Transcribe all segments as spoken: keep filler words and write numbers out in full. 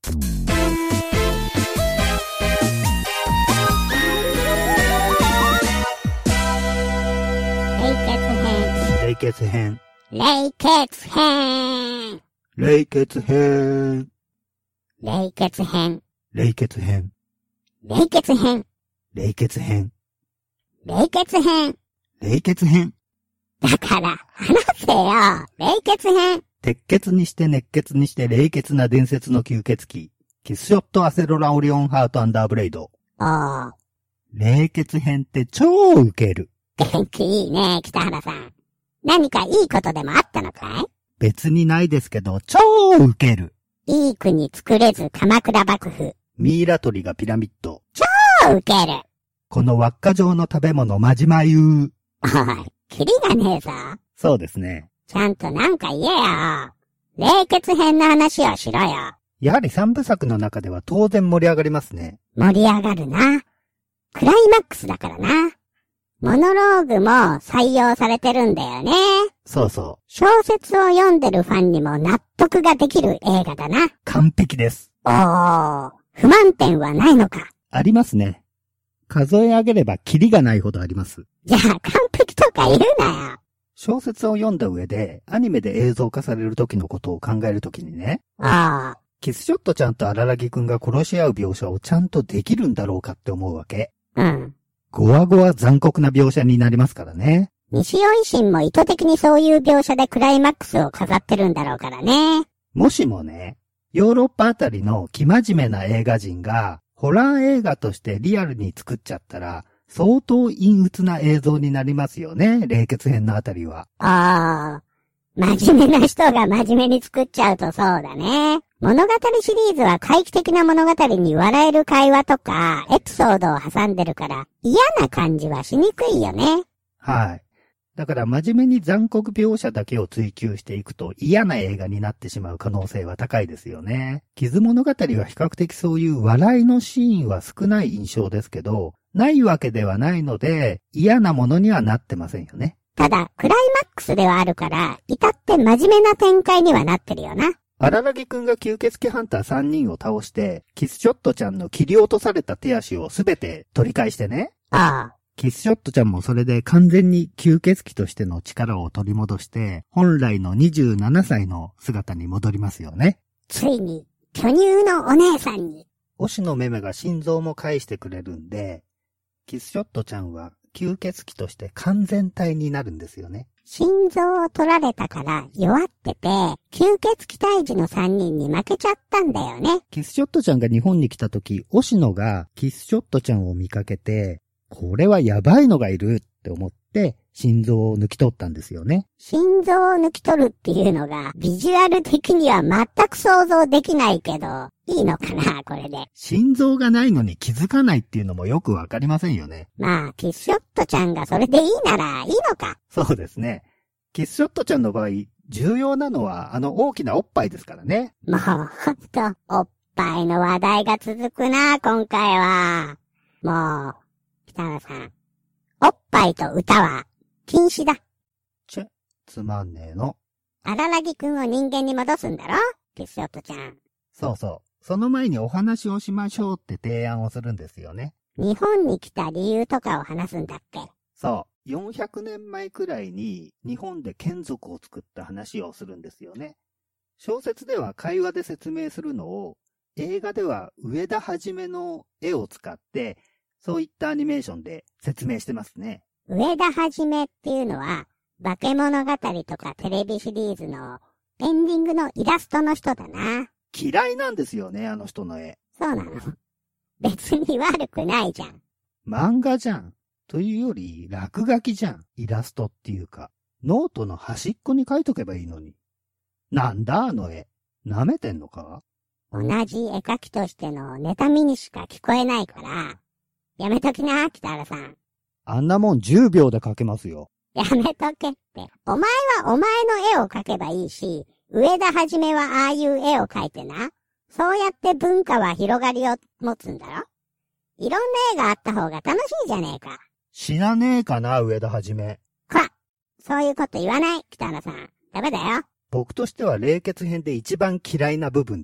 冷血編。 冷血編。 冷血編。 冷血編。 冷血編。 冷血編。 冷血編。 冷血編。 冷血編。 だから話せよ。冷血編。 鉄血にして熱血にして冷血な伝説の吸血鬼。キスショットアセロラオリオンハートアンダーブレイド。 おー。 冷血編って超ウケる。 元気いいね、北原さん。何かいいことでもあったのかい？ 別にないですけど、超ウケる。 いい国作れず鎌倉幕府。 ミイラ取りがピラミッド。 超ウケる。 この輪っか状の食べ物まじまゆう。 おい、キリがねえぞ。 そうですね。 ちゃんとなんか言えよ。冷血編の話をしろよ。 やはり三部作の中では当然盛り上がりますね。 盛り上がるな。クライマックスだからな。モノローグも採用されてるんだよね。 そうそう。 小説を読んでるファンにも納得ができる映画だな。 完璧です。 おー、不満点はないのか？ ありますね。数え上げればキリがないほどあります。 じゃあ完璧とか言うなよ。 小説を読んだ上で、アニメで映像化される時のことを考えるときにね、 ああ。 キスショットちゃんと荒らぎくんが殺し合う描写をちゃんとできるんだろうかって思うわけ。 うん。 ゴワゴワ残酷な描写になりますからね。 西尾維新も意図的にそういう描写でクライマックスを飾ってるんだろうからね。 もしもね、ヨーロッパあたりの生真面目な映画人が、ホラー映画としてリアルに作っちゃったら、相当陰鬱な映像になりますよね、冷血編のあたりは。 ああ。真面目な人が真面目に作っちゃうとそうだね。物語シリーズは回帰的な物語に笑える会話とかエピソードを挟んでるから嫌な感じはしにくいよね。 はい。だから真面目に残酷描写だけを追求していくと嫌な映画になってしまう可能性は高いですよね。傷物語は比較的そういう笑いのシーンは少ない印象ですけど、ないわけではないので嫌なものにはなってませんよね。 ただ、クライマックスではあるから、至って真面目な展開にはなってるよな。 荒らぎくんが吸血鬼ハンターさんにんを倒して、キスショットちゃんの切り落とされた手足をすべて取り返してね。 ああ。 キスショットちゃんもそれで完全に吸血鬼としての力を取り戻して、本来のにじゅうななさいの姿に戻りますよね。 ついに、巨乳のお姉さんに。 推しのメメが心臓も返してくれるんで、キスショットちゃんは吸血鬼として完全体になるんですよね。 心臓を取られたから弱ってて、吸血鬼退治のさんにんに負けちゃったんだよね。 キスショットちゃんが日本に来た時、推しのがキスショットちゃんを見かけて、これはやばいのがいるって思って、心臓を抜き取ったんですよね。 心臓を抜き取るっていうのが、ビジュアル的には全く想像できないけど、いいのかな、これで。 心臓がないのに気づかないっていうのもよくわかりませんよね。 まあ、キスショットちゃんがそれでいいならいいのか。 そうですね。キスショットちゃんの場合、重要なのはあの大きなおっぱいですからね。 もう、ほんと、おっぱいの話題が続くな、今回は。もう、北原さん、おっぱいと歌は禁止だ。 ちぇ、つまんねえの。 荒らぎくんを人間に戻すんだろ、キスショットちゃん。 そうそう。その前にお話をしましょうって提案をするんですよね。 日本に来た理由とかを話すんだっけ？ そう。よんひゃくねんまえくらいに日本で眷属を作った話をするんですよね。小説では会話で説明するのを、映画では上田はじめの絵を使って、そういったアニメーションで説明してますね。 上田はじめっていうのは、化け物語とかテレビシリーズのエンディングのイラストの人だな。 嫌いなんですよね、あの人の絵。 そうなの。別に悪くないじゃん。 漫画じゃん。というより、落書きじゃん。イラストっていうか。ノートの端っこに書いとけばいいのに。なんだあの絵。舐めてんのか？ 同じ絵描きとしての妬みにしか聞こえないから、やめときな、北原さん。 あんなもんじゅうびょうで描けますよ。 やめとけって。お前はお前の絵を描けばいいし、上田はじめはああいう絵を描いてな。そうやって文化は広がりを持つんだろ？いろんな絵があった方が楽しいじゃねえか。 死なねえかな、上田はじめ。 こら、そういうこと言わない、北原さん。ダメだよ。 僕としては冷血編で一番嫌いな部分です。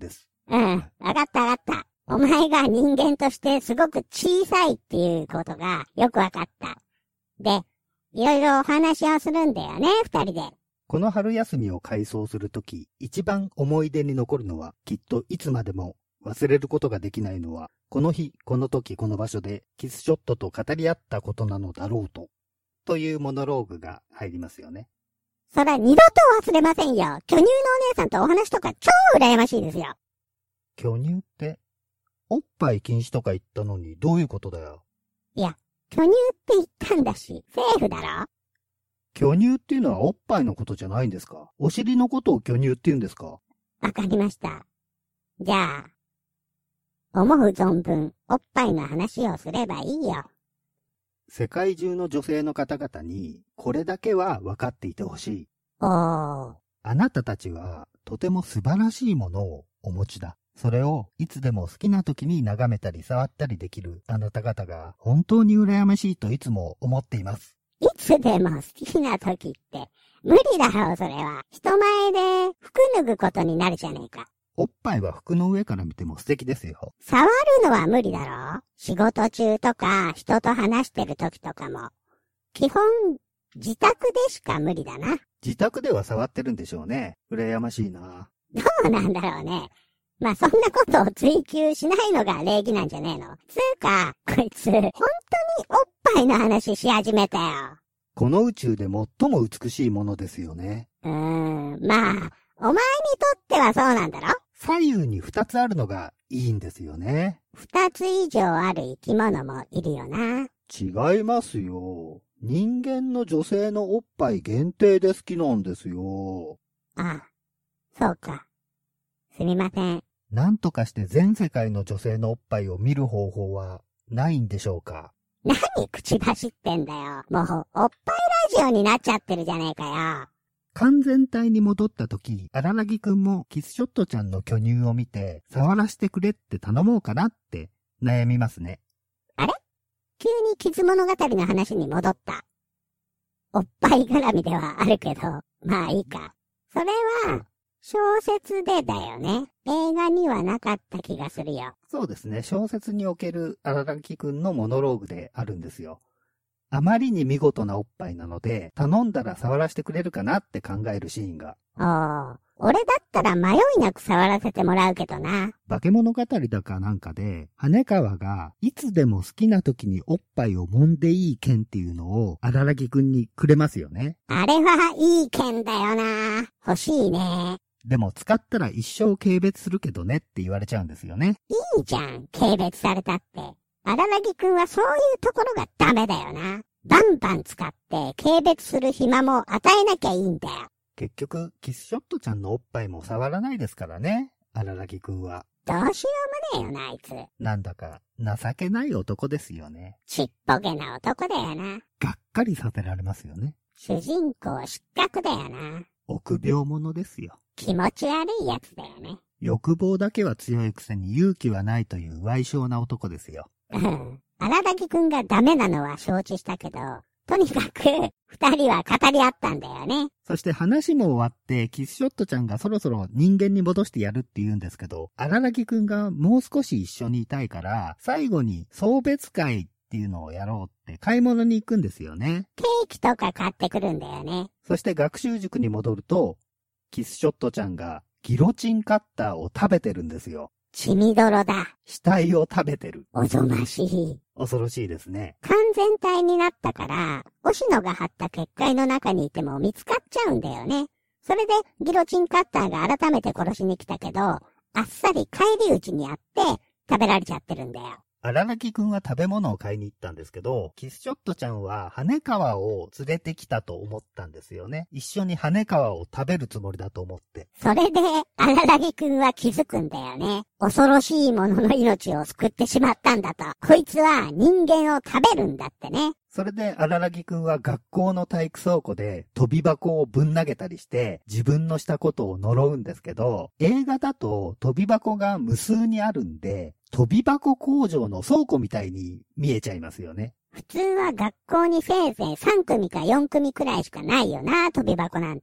うん、わかったわかった。お前が人間としてすごく小さいっていうことがよくわかった。で、いろいろお話をするんだよね、二人で。 この春休みを回想するとき、一番思い出に残るのは、きっといつまでも忘れることができないのは、この日、この時、この場所でキスショットと語り合ったことなのだろうと、というモノローグが入りますよね。 そら二度と忘れませんよ。巨乳のお姉さんとお話とか超羨ましいですよ。 巨乳って、おっぱい禁止とか言ったのにどういうことだよ。 いや、巨乳って言ったんだし、セーフだろ。 巨乳っていうのはおっぱいのことじゃないんですか？お尻のことを巨乳って言うんですか？ わかりました。じゃあ、思う存分おっぱいの話をすればいいよ。 世界中の女性の方々にこれだけは分かっていてほしい。 おー。 あなたたちはとても素晴らしいものをお持ちだ。それをいつでも好きな時に眺めたり触ったりできるあなた方が本当に羨ましいといつも思っています。 いつでも好きな時って無理だろう、それは。人前で服脱ぐことになるじゃねえか。 おっぱいは服の上から見ても素敵ですよ。 触るのは無理だろう。仕事中とか人と話してる時とかも。基本、自宅でしか無理だな。 自宅では触ってるんでしょうね。羨ましいな。 どうなんだろうね。まあ、そんなことを追求しないのが礼儀なんじゃねえの。つうか、こいつ、本当におっぱいの話し始めたよ。 この宇宙で最も美しいものですよね。 うーん、まあ、お前にとってはそうなんだろ？ 左右に二つあるのがいいんですよね。 二つ以上ある生き物もいるよな。 違いますよ。人間の女性のおっぱい限定で好きなんですよ。 ああ、そうか。すみません。 なんとかして全世界の女性のおっぱいを見る方法はないんでしょうか？ 何口走ってんだよ。もう、おっぱいラジオになっちゃってるじゃねえかよ。 完全体に戻った時、荒らぎくんもキスショットちゃんの巨乳を見て、触らせてくれって頼もうかなって悩みますね。 あれ？急にキズ物語の話に戻った。おっぱい絡みではあるけど、まあいいか。それは、小説でだよね。映画にはなかった気がするよ。 そうですね。小説における荒らぎくんのモノローグであるんですよ。あまりに見事なおっぱいなので、頼んだら触らせてくれるかなって考えるシーンが。 ああ、俺だったら迷いなく触らせてもらうけどな。 化け物語だかなんかで、羽川がいつでも好きな時におっぱいを揉んでいい剣っていうのを荒らぎくんにくれますよね。 あれはいい剣だよな。欲しいね。 でも使ったら一生軽蔑するけどねって言われちゃうんですよね。 いいじゃん、軽蔑されたって。荒らぎくんはそういうところがダメだよな。バンバン使って軽蔑する暇も与えなきゃいいんだよ。 結局、キスショットちゃんのおっぱいも触らないですからね、荒らぎくんは。 どうしようもねえよな、あいつ。 なんだか情けない男ですよね。 ちっぽけな男だよな。 がっかりさせられますよね。 主人公失格だよな。 臆病者ですよ。 気持ち悪いやつだよね。 欲望だけは強いくせに勇気はないという歪小な男ですよ。 うん。荒垣くんがダメなのは承知したけど、とにかく二人は語り合ったんだよね。 そして話も終わってキスショットちゃんがそろそろ人間に戻してやるって言うんですけど、荒垣くんがもう少し一緒にいたいから最後に送別会っていうのをやろうって買い物に行くんですよね。 ケーキとか買ってくるんだよね。 そして学習塾に戻ると、キスショットちゃんがギロチンカッターを食べてるんですよ。 血みどろだ。 死体を食べてる。 おぞましい。 恐ろしいですね。 完全体になったから、押野が張った結界の中にいても見つかっちゃうんだよね。それでギロチンカッターが改めて殺しに来たけど、あっさり返り討ちにあって食べられちゃってるんだよ。 荒垣くんは食べ物を買いに行ったんですけど、キスショットちゃんは羽川を連れてきたと思ったんですよね。一緒に羽川を食べるつもりだと思って。 それで、荒垣くんは気づくんだよね。恐ろしいものの命を救ってしまったんだと。こいつは人間を食べるんだってね。 それで荒垣くんは学校の体育倉庫で飛び箱をぶん投げたりして自分のしたことを呪うんですけど、映画だと飛び箱が無数にあるんで、飛び箱工場の倉庫みたいに見えちゃいますよね。 普通は学校にせいぜいさん組かよん組くらいしかないよな、飛び箱なんて。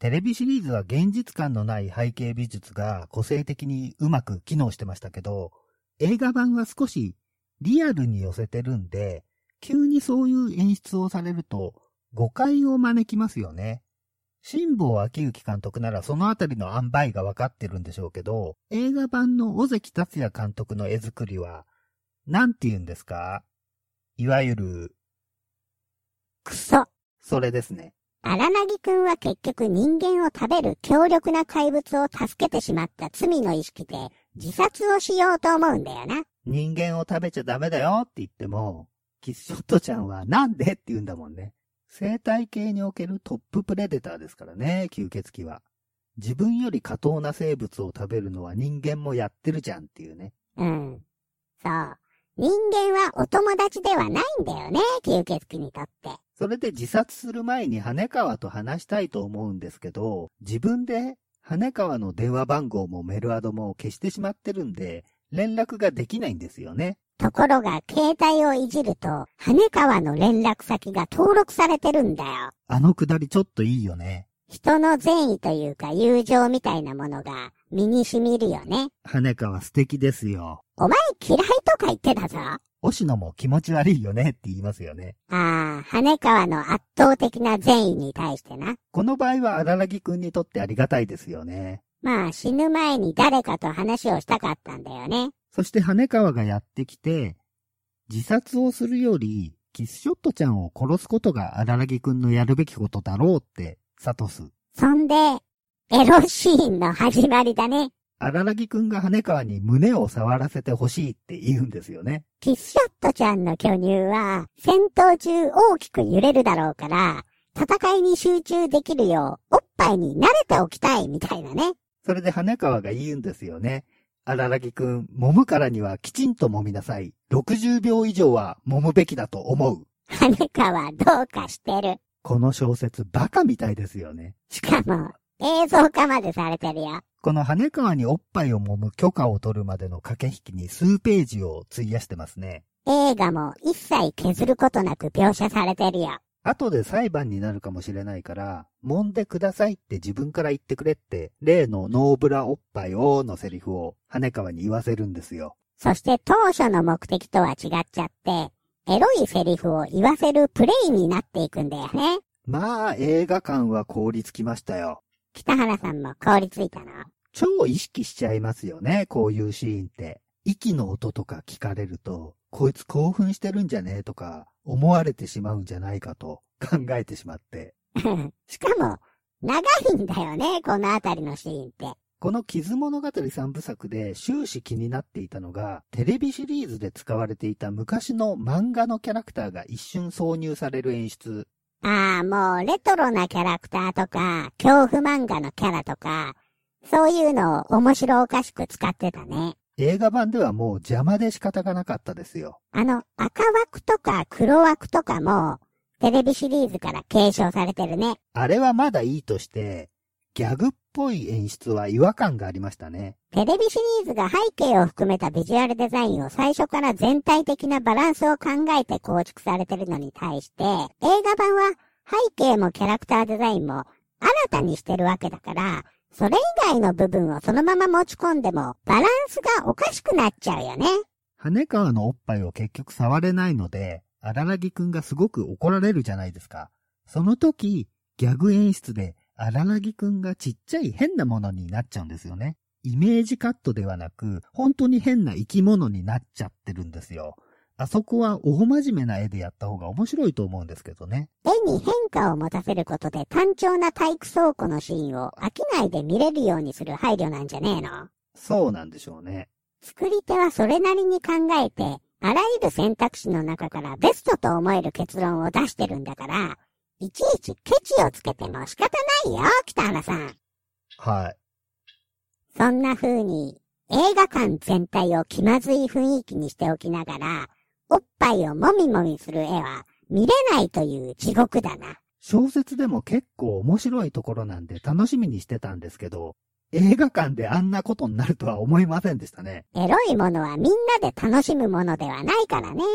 テレビシリーズは現実感のない背景美術が個性的にうまく機能してましたけど、映画版は少しリアルに寄せてるんで、急にそういう演出をされると誤解を招きますよね。新坊昭之監督ならそのあたりの塩梅が分かってるんでしょうけど、映画版の尾関達也監督の絵作りは、なんて言うんですか？いわゆる、 クソ。 それですね。 荒薙くんは結局人間を食べる強力な怪物を助けてしまった罪の意識で自殺をしようと思うんだよな。 人間を食べちゃダメだよって言っても、キスショットちゃんはなんでって言うんだもんね。生態系におけるトッププレデターですからね、吸血鬼は。自分より下等な生物を食べるのは人間もやってるじゃんっていうね。 うん。そう。人間はお友達ではないんだよね、吸血鬼にとって。 それで自殺する前に羽川と話したいと思うんですけど、自分で羽川の電話番号もメルアドも消してしまってるんで、連絡ができないんですよね。 ところが携帯をいじると、羽川の連絡先が登録されてるんだよ。 あのくだりちょっといいよね。 人の善意というか友情みたいなものが身に染みるよね。 羽川素敵ですよ。 お前嫌いとか言ってたぞ。 押野も気持ち悪いよねって言いますよね。 ああ、羽川の圧倒的な善意に対してな。 この場合は荒木くんにとってありがたいですよね。 まあ死ぬ前に誰かと話をしたかったんだよね。 そして羽川がやってきて、自殺をするよりキスショットちゃんを殺すことが荒木くんのやるべきことだろうって諭す。 そんで、エロシーンの始まりだね。 荒木くんが羽川に胸を触らせてほしいって言うんですよね。 キスショットちゃんの巨乳は戦闘中大きく揺れるだろうから、戦いに集中できるようおっぱいに慣れておきたいみたいなね。 それで羽川が言うんですよね。荒木くん、揉むからにはきちんと揉みなさい。ろくじゅうびょう以上は揉むべきだと思う。 羽川どうかしてる。 この小説バカみたいですよね。 しかも映像化までされてるよ。 この羽川におっぱいを揉む許可を取るまでの駆け引きに数ページを費やしてますね。 映画も一切削ることなく描写されてるよ。 後で裁判になるかもしれないから、揉んでくださいって自分から言ってくれって、例のノーブラおっぱいをのセリフを羽川に言わせるんですよ。 そして当初の目的とは違っちゃって、エロいセリフを言わせるプレイになっていくんだよね。 まあ映画館は凍りつきましたよ。 北原さんも凍りついたの？ 超意識しちゃいますよね、こういうシーンって。息の音とか聞かれると、こいつ興奮してるんじゃねえとか、思われてしまうんじゃないかと考えてしまって。 しかも、長いんだよね、このあたりのシーンって。 この傷物語三部作で終始気になっていたのが、テレビシリーズで使われていた昔の漫画のキャラクターが一瞬挿入される演出。 ああ、もうレトロなキャラクターとか、恐怖漫画のキャラとか、そういうのを面白おかしく使ってたね。 映画版ではもう邪魔で仕方がなかったですよ。 あの赤枠とか黒枠とかもテレビシリーズから継承されてるね。 あれはまだいいとして、ギャグっぽい演出は違和感がありましたね。 テレビシリーズが背景を含めたビジュアルデザインを最初から全体的なバランスを考えて構築されてるのに対して、映画版は背景もキャラクターデザインも新たにしてるわけだから、それ以外の部分をそのまま持ち込んでもバランスがおかしくなっちゃうよね。 羽川のおっぱいを結局触れないので、荒木くんがすごく怒られるじゃないですか。その時、ギャグ演出で荒木くんがちっちゃい変なものになっちゃうんですよね。イメージカットではなく、本当に変な生き物になっちゃってるんですよ。あそこは大真面目な絵でやった方が面白いと思うんですけどね。 絵に変化を持たせることで単調な体育倉庫のシーンを飽きないで見れるようにする配慮なんじゃねえの？ そうなんでしょうね。 作り手はそれなりに考えて、あらゆる選択肢の中からベストと思える結論を出してるんだから、いちいちケチをつけても仕方ないよ、北原さん。 はい。 そんな風に映画館全体を気まずい雰囲気にしておきながら、おっぱいをもみもみする絵は見れないという地獄だな。 小説でも結構面白いところなんで楽しみにしてたんですけど、映画館であんなことになるとは思いませんでしたね。 エロいものはみんなで楽しむものではないからね。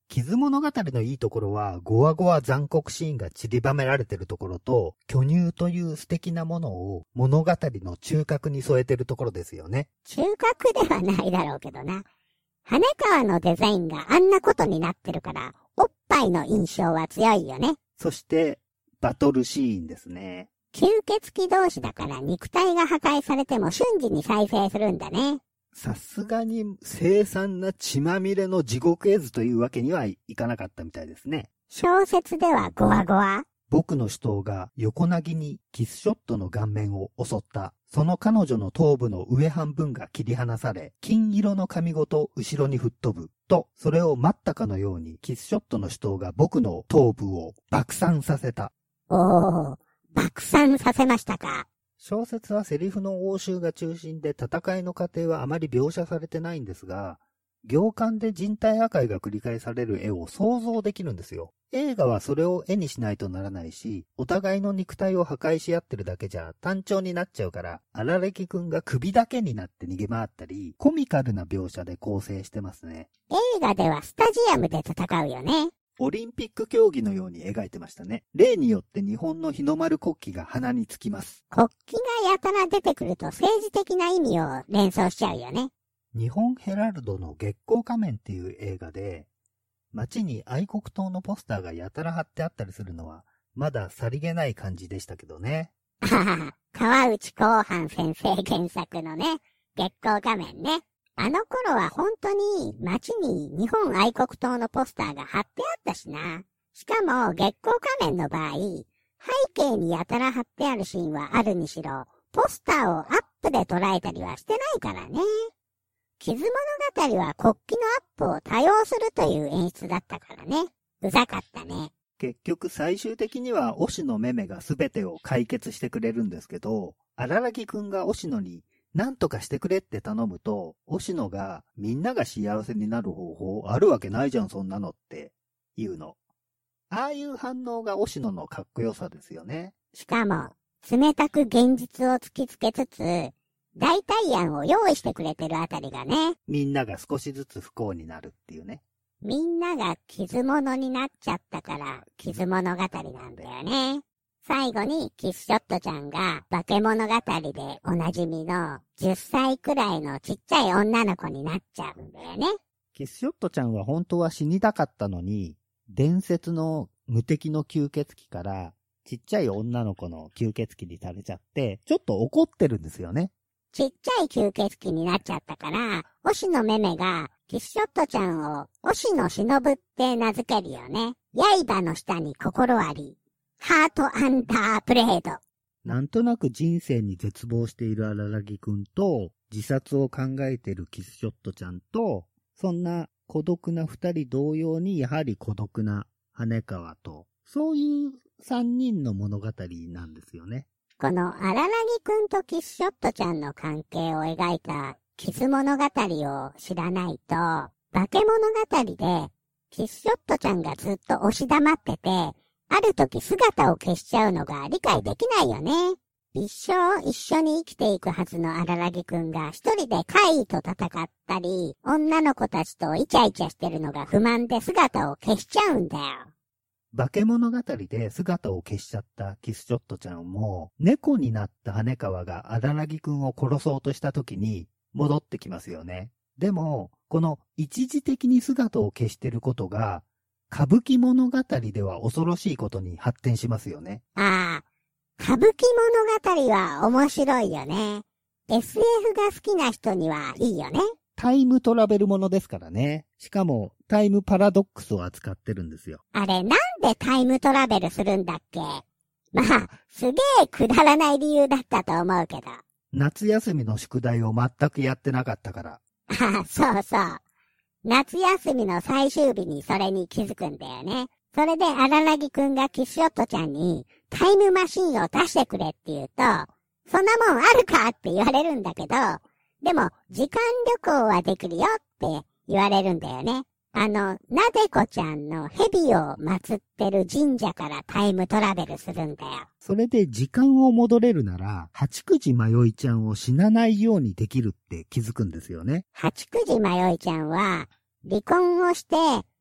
傷物語のいいところは、ゴワゴワ残酷シーンが散りばめられてるところと、巨乳という素敵なものを物語の中核に添えてるところですよね。 中核ではないだろうけどな。羽川のデザインがあんなことになってるから、おっぱいの印象は強いよね。 そして、バトルシーンですね。 吸血鬼同士だから肉体が破壊されても瞬時に再生するんだね。 さすがに凄惨な血まみれの地獄絵図というわけにはいかなかったみたいですね。 小説ではゴワゴワ。 僕の死闘が横なぎにキスショットの顔面を襲った。その彼女の頭部の上半分が切り離され、金色の髪ごと後ろに吹っ飛ぶ。と、それを待ったかのようにキスショットの死闘が僕の頭部を爆散させた。 おー、爆散させましたか。 小説はセリフの応酬が中心で戦いの過程はあまり描写されてないんですが、行間で人体破壊が繰り返される絵を想像できるんですよ。映画はそれを絵にしないとならないし、お互いの肉体を破壊し合ってるだけじゃ単調になっちゃうから、荒木くんが首だけになって逃げ回ったり、コミカルな描写で構成してますね。 映画ではスタジアムで戦うよね。 オリンピック競技のように描いてましたね。例によって日本の日の丸国旗が鼻につきます。 国旗がやたら出てくると政治的な意味を連想しちゃうよね。 日本ヘラルドの月光仮面っていう映画で、街に愛国党のポスターがやたら貼ってあったりするのは、まださりげない感じでしたけどね。 あはは、川内広範先生原作のね、月光仮面ね。あの頃は本当に街に日本愛国党のポスターが貼ってあったしな。しかも月光仮面の場合、背景にやたら貼ってあるシーンはあるにしろ、ポスターをアップで捉えたりはしてないからね。傷物語は国旗のアップを多用するという演出だったからね。うざかったね。 結局最終的には推しのメメが全てを解決してくれるんですけど、荒木くんが推しのに何とかしてくれって頼むと、推しのがみんなが幸せになる方法あるわけないじゃんそんなのって言うの。ああいう反応が推しののかっこよさですよね。 しかも、冷たく現実を突きつけつつ、代替案を用意してくれてるあたりがね。 みんなが少しずつ不幸になるっていうね。 みんなが傷物になっちゃったから、傷物語なんだよね。最後にキスショットちゃんが化け物語でおなじみのじゅっさいくらいのちっちゃい女の子になっちゃうんだよね。 キスショットちゃんは本当は死にたかったのに、伝説の無敵の吸血鬼からちっちゃい女の子の吸血鬼にされちゃって、ちょっと怒ってるんですよね。 ちっちゃい吸血鬼になっちゃったから、推しのメメがキスショットちゃんを推しの忍って名付けるよね。刃の下に心あり。ハートアンダーブレード。 なんとなく人生に絶望している荒木くんと、自殺を考えているキスショットちゃんと、そんな孤独な二人同様にやはり孤独な羽川と、そういう三人の物語なんですよね。 この荒木くんとキスショットちゃんの関係を描いたキス物語を知らないと、化け物語でキスショットちゃんがずっと押し黙ってて、ある時姿を消しちゃうのが理解できないよね。一生一緒に生きていくはずの荒木くんが一人で怪異と戦ったり、女の子たちとイチャイチャしてるのが不満で姿を消しちゃうんだよ。 化け物語で姿を消しちゃったキスショットちゃんも、猫になった羽川が荒木くんを殺そうとした時に戻ってきますよね。でも、この一時的に姿を消してることが、歌舞伎物語では恐ろしいことに発展しますよね。 ああ、歌舞伎物語は面白いよね。エスエフ が好きな人にはいいよね。 タイムトラベルものですからね。しかもタイムパラドックスを扱ってるんですよ。 あれなんでタイムトラベルするんだっけ？まあ、すげえくだらない理由だったと思うけど。 夏休みの宿題を全くやってなかったから。 ああ、そうそう。夏休みの最終日にそれに気づくんだよね。それで荒木くんがキスショットちゃんにタイムマシンを出してくれって言うと、そんなもんあるかって言われるんだけど、でも時間旅行はできるよって言われるんだよね。あの、なでこちゃんの蛇を祀ってる神社からタイムトラベルするんだよ。 それで時間を戻れるなら、八九時迷いちゃんを死なないようにできるって気づくんですよね。 八九時迷いちゃんは離婚をして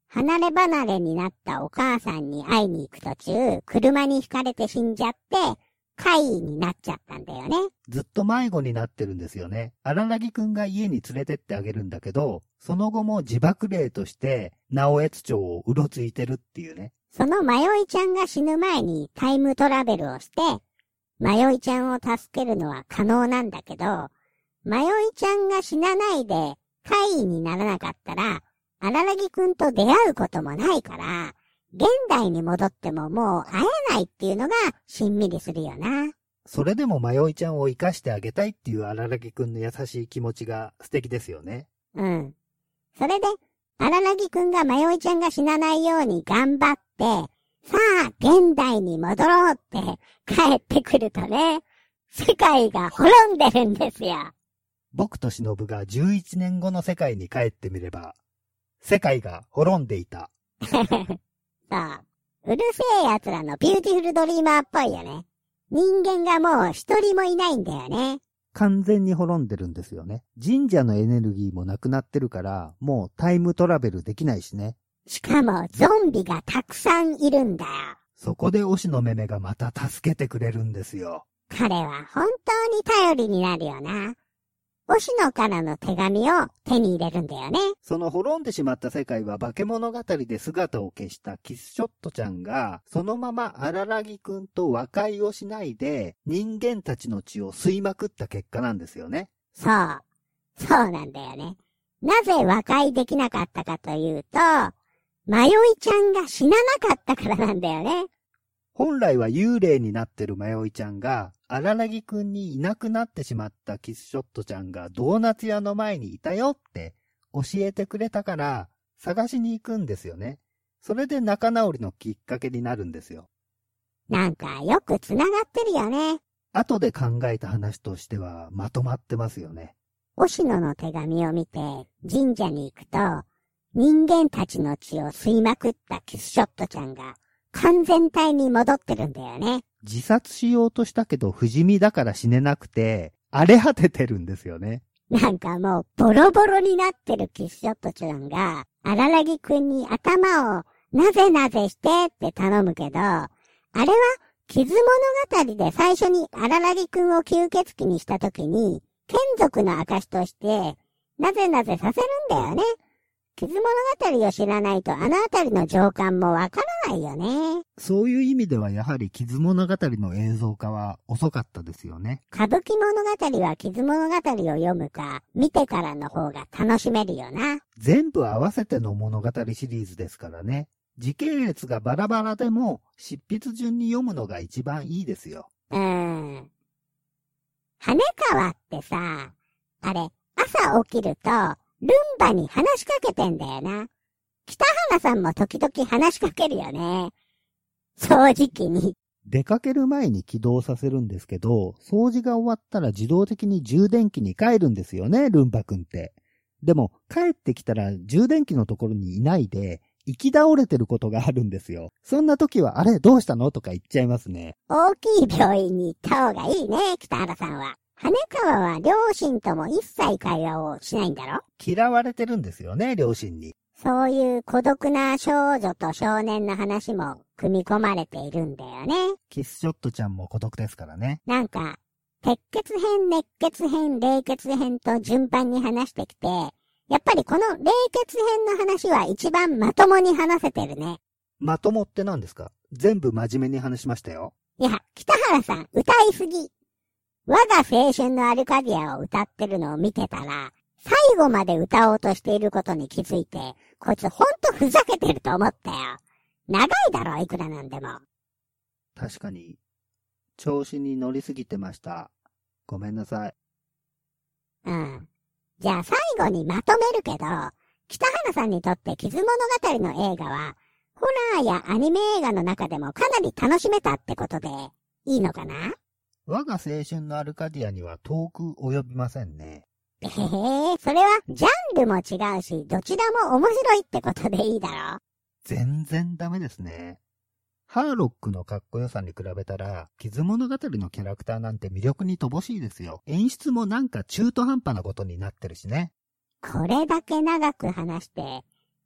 離れ離れになったお母さんに会いに行く途中、車にひかれて死んじゃって、怪異になっちゃったんだよね。 ずっと迷子になってるんですよね。荒らぎくんが家に連れてってあげるんだけど、その後も自爆霊として、直江津町をうろついてるっていうね。 その迷いちゃんが死ぬ前にタイムトラベルをして、迷いちゃんを助けるのは可能なんだけど、迷いちゃんが死なないで怪異にならなかったら、荒らぎくんと出会うこともないから、現代に戻ってももう会えないっていうのがしんみりするよな。 それでも迷いちゃんを生かしてあげたいっていう荒らぎくんの優しい気持ちが素敵ですよね。 うん。それで、荒らぎくんが迷いちゃんが死なないように頑張って、さあ、現代に戻ろうって帰ってくるとね、世界が滅んでるんですよ。 僕と忍がじゅういちねんごの世界に帰ってみれば、世界が滅んでいた。 そう。うるせえ奴らのビューティフルドリーマーっぽいよね。人間がもう一人もいないんだよね。 完全に滅んでるんですよね。神社のエネルギーもなくなってるから、もうタイムトラベルできないしね。 しかもゾンビがたくさんいるんだよ。 そこで推しのめめがまた助けてくれるんですよ。 彼は本当に頼りになるよな。推しのからの手紙を手に入れるんだよね。 その滅んでしまった世界は化け物語で姿を消したキスショットちゃんが、そのまま荒らぎくんと和解をしないで、人間たちの血を吸いまくった結果なんですよね。 そう。そうなんだよね。なぜ和解できなかったかというと、迷いちゃんが死ななかったからなんだよね。 本来は幽霊になってる迷いちゃんが、荒らぎくんにいなくなってしまったキスショットちゃんがドーナツ屋の前にいたよって教えてくれたから探しに行くんですよね。それで仲直りのきっかけになるんですよ。 なんかよくつながってるよね。 後で考えた話としてはまとまってますよね。 押野の手紙を見て神社に行くと、人間たちの血を吸いまくったキスショットちゃんが完全体に戻ってるんだよね。 自殺しようとしたけど不死身だから死ねなくて、荒れ果ててるんですよね。 なんかもうボロボロになってるキスショットちゃんが、荒らぎくんに頭をなぜなぜしてって頼むけど、あれは傷物語で最初に荒らぎくんを吸血鬼にした時に、眷属の証として、なぜなぜさせるんだよね。傷物語を知らないとあのあたりの情感もわからないよね。 そういう意味ではやはり傷物語の映像化は遅かったですよね。 歌舞伎物語は傷物語を読むか、見てからの方が楽しめるよな。 全部合わせての物語シリーズですからね。時系列がバラバラでも執筆順に読むのが一番いいですよ。 うーん。羽川ってさ、あれ、朝起きると、ルンバに話しかけてんだよな。北原さんも時々話しかけるよね。掃除機に。 出かける前に起動させるんですけど、掃除が終わったら自動的に充電器に帰るんですよね、ルンバくんって。でも、帰ってきたら充電器のところにいないで、行き倒れてることがあるんですよ。そんな時は、あれどうしたのとか言っちゃいますね。 大きい病院に行った方がいいね、北原さんは。羽川は両親とも一切会話をしないんだろ？ 嫌われてるんですよね、両親に。 そういう孤独な少女と少年の話も組み込まれているんだよね。 キスショットちゃんも孤独ですからね。 なんか、鉄血編、熱血編、冷血編と順番に話してきて、やっぱりこの冷血編の話は一番まともに話せてるね。 まともって何ですか？全部真面目に話しましたよ。 いや、北原さん歌いすぎ。我が青春のアルカディアを歌ってるのを見てたら、最後まで歌おうとしていることに気づいて、こいつほんとふざけてると思ったよ。長いだろ、いくらなんでも。 確かに、調子に乗りすぎてました。ごめんなさい。 うん。じゃあ最後にまとめるけど、北原さんにとって傷物語の映画は、ホラーやアニメ映画の中でもかなり楽しめたってことで、いいのかな？ 我が青春のアルカディアには遠く及びませんね。 えへへ、それはジャンルも違うし、どちらも面白いってことでいいだろ？ 全然ダメですね。ハーロックのかっこよさに比べたら、傷物語のキャラクターなんて魅力に乏しいですよ。演出もなんか中途半端なことになってるしね。 これだけ長く話して、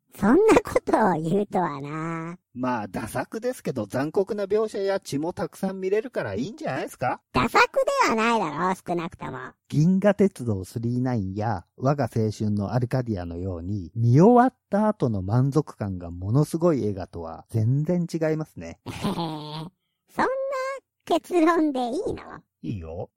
そんなことを言うとはな。 まあ、ダ作ですけど残酷な描写や血もたくさん見れるからいいんじゃないですか？ ダ作ではないだろう、少なくとも。 銀河鉄道スリーナインや我が青春のアルカディアのように見終わった後の満足感がものすごい映画とは全然違いますね。 へへそんな結論でいいの？ いいよ。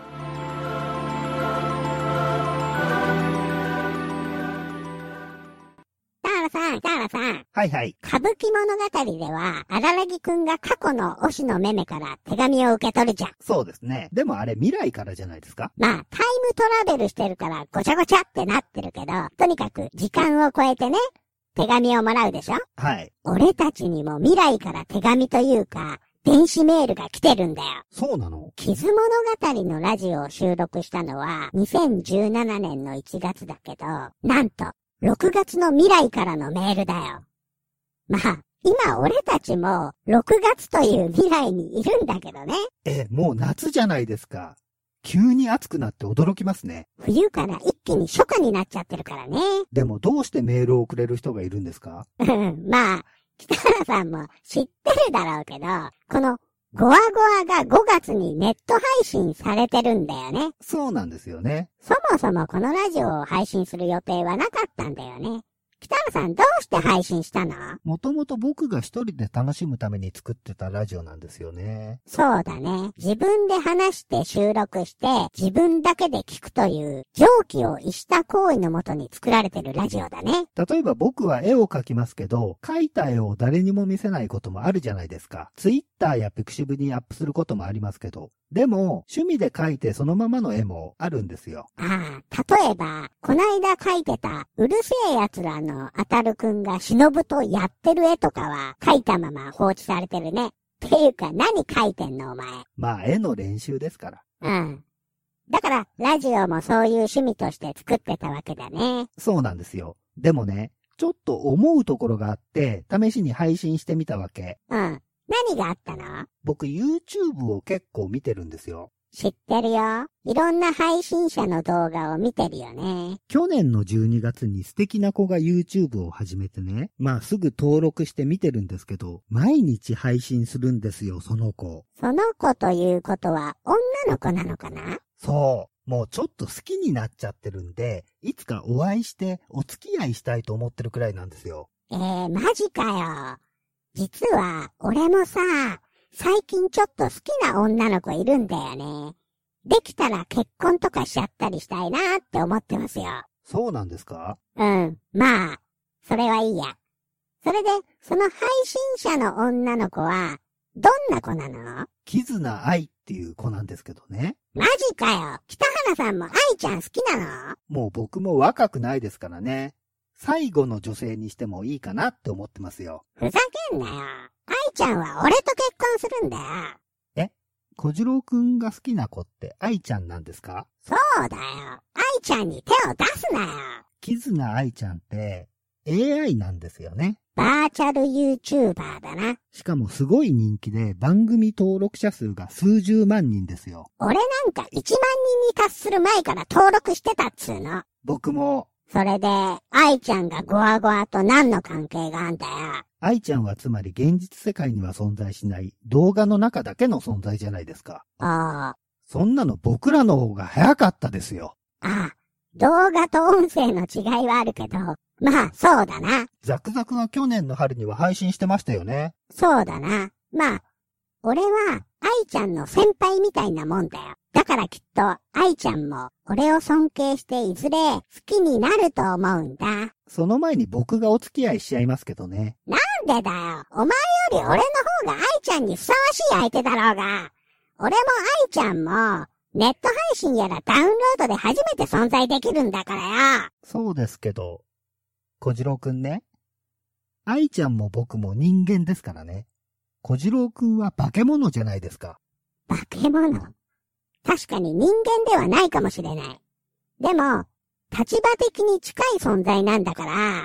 田原さん、田原さん。 はいはい。 歌舞伎物語では、荒木くんが過去の推しのメメから手紙を受け取るじゃん。 そうですね。でもあれ未来からじゃないですか？ まあ、タイムトラベルしてるからごちゃごちゃってなってるけど、とにかく時間を超えてね、手紙をもらうでしょ？ はい。 俺たちにも未来から手紙というか、電子メールが来てるんだよ。 そうなの？ 傷物語のラジオを収録したのはにせんじゅうななねんのいちがつだけど、なんとろくがつの未来からのメールだよ。まあ、今俺たちもろくがつという未来にいるんだけどね。 え、もう夏じゃないですか。急に暑くなって驚きますね。 冬から一気に初夏になっちゃってるからね。 でもどうしてメールをくれる人がいるんですか？ うん、まあ、北原さんも知ってるだろうけど、このゴワゴワがごがつにネット配信されてるんだよね。 そうなんですよね。 そもそもこのラジオを配信する予定はなかったんだよね。北原さんどうして配信したの？ もともと僕が一人で楽しむために作ってたラジオなんですよね。 そうだね。自分で話して収録して自分だけで聞くという常軌を逸した行為のもとに作られてるラジオだね。 例えば僕は絵を描きますけど、描いた絵を誰にも見せないこともあるじゃないですか。ツイッターやピクシブにアップすることもありますけど。でも、趣味で描いてそのままの絵もあるんですよ。 ああ、例えば、こないだ描いてたうるせえ奴らのあたるくんが忍とやってる絵とかは描いたまま放置されてるね。っていうか何描いてんのお前。 まあ絵の練習ですから。 うん。だから、ラジオもそういう趣味として作ってたわけだね。 そうなんですよ。でもね、ちょっと思うところがあって、試しに配信してみたわけ。 うん。何があったの？ 僕 YouTube を結構見てるんですよ。 知ってるよ。いろんな配信者の動画を見てるよね。 去年のじゅうにがつに素敵な子が YouTube を始めてね。まあすぐ登録して見てるんですけど、毎日配信するんですよ、その子。 その子ということは女の子なのかな？ そう。もうちょっと好きになっちゃってるんで、いつかお会いしてお付き合いしたいと思ってるくらいなんですよ。 えー、マジかよ。実は、俺もさ、最近ちょっと好きな女の子いるんだよね。できたら結婚とかしちゃったりしたいなって思ってますよ。 そうなんですか？ うん、まあ、それはいいや。それで、その配信者の女の子は、どんな子なの？ キズナアイっていう子なんですけどね。 マジかよ。北原さんも愛ちゃん好きなの？ もう僕も若くないですからね。最後の女性にしてもいいかなって思ってますよ。 ふざけんなよ。愛ちゃんは俺と結婚するんだよ。 え？小次郎くんが好きな子って愛ちゃんなんですか？ そうだよ。愛ちゃんに手を出すなよ。 キズナ愛ちゃんって エーアイ なんですよね。 バーチャル YouTuber だな。 しかもすごい人気で番組登録者数が数十万人ですよ。 俺なんかいちまんにんに達する前から登録してたっつうの。 僕も。 それで、愛ちゃんがゴワゴワと何の関係があんだよ。 愛ちゃんはつまり現実世界には存在しない動画の中だけの存在じゃないですか。 ああ。 そんなの僕らの方が早かったですよ。 ああ。動画と音声の違いはあるけど、まあそうだな。 ザクザクは去年の春には配信してましたよね。 そうだな。まあ、俺は愛ちゃんの先輩みたいなもんだよ。だからきっと愛ちゃんも俺を尊敬していずれ好きになると思うんだ。 その前に僕がお付き合いしちゃいますけどね。 なんでだよ。お前より俺の方が愛ちゃんにふさわしい相手だろうが。俺も愛ちゃんもネット配信やらダウンロードで初めて存在できるんだからよ。 そうですけど、小次郎くんね。愛ちゃんも僕も人間ですからね。小次郎くんは化け物じゃないですか。 化け物？確かに人間ではないかもしれない。でも、立場的に近い存在なんだから、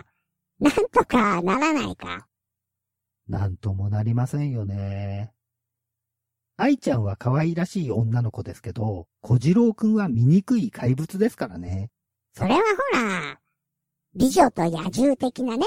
なんとかならないか。 なんともなりませんよね。愛ちゃんは可愛らしい女の子ですけど、小次郎くんは醜い怪物ですからね。 それはほら、美女と野獣的なね、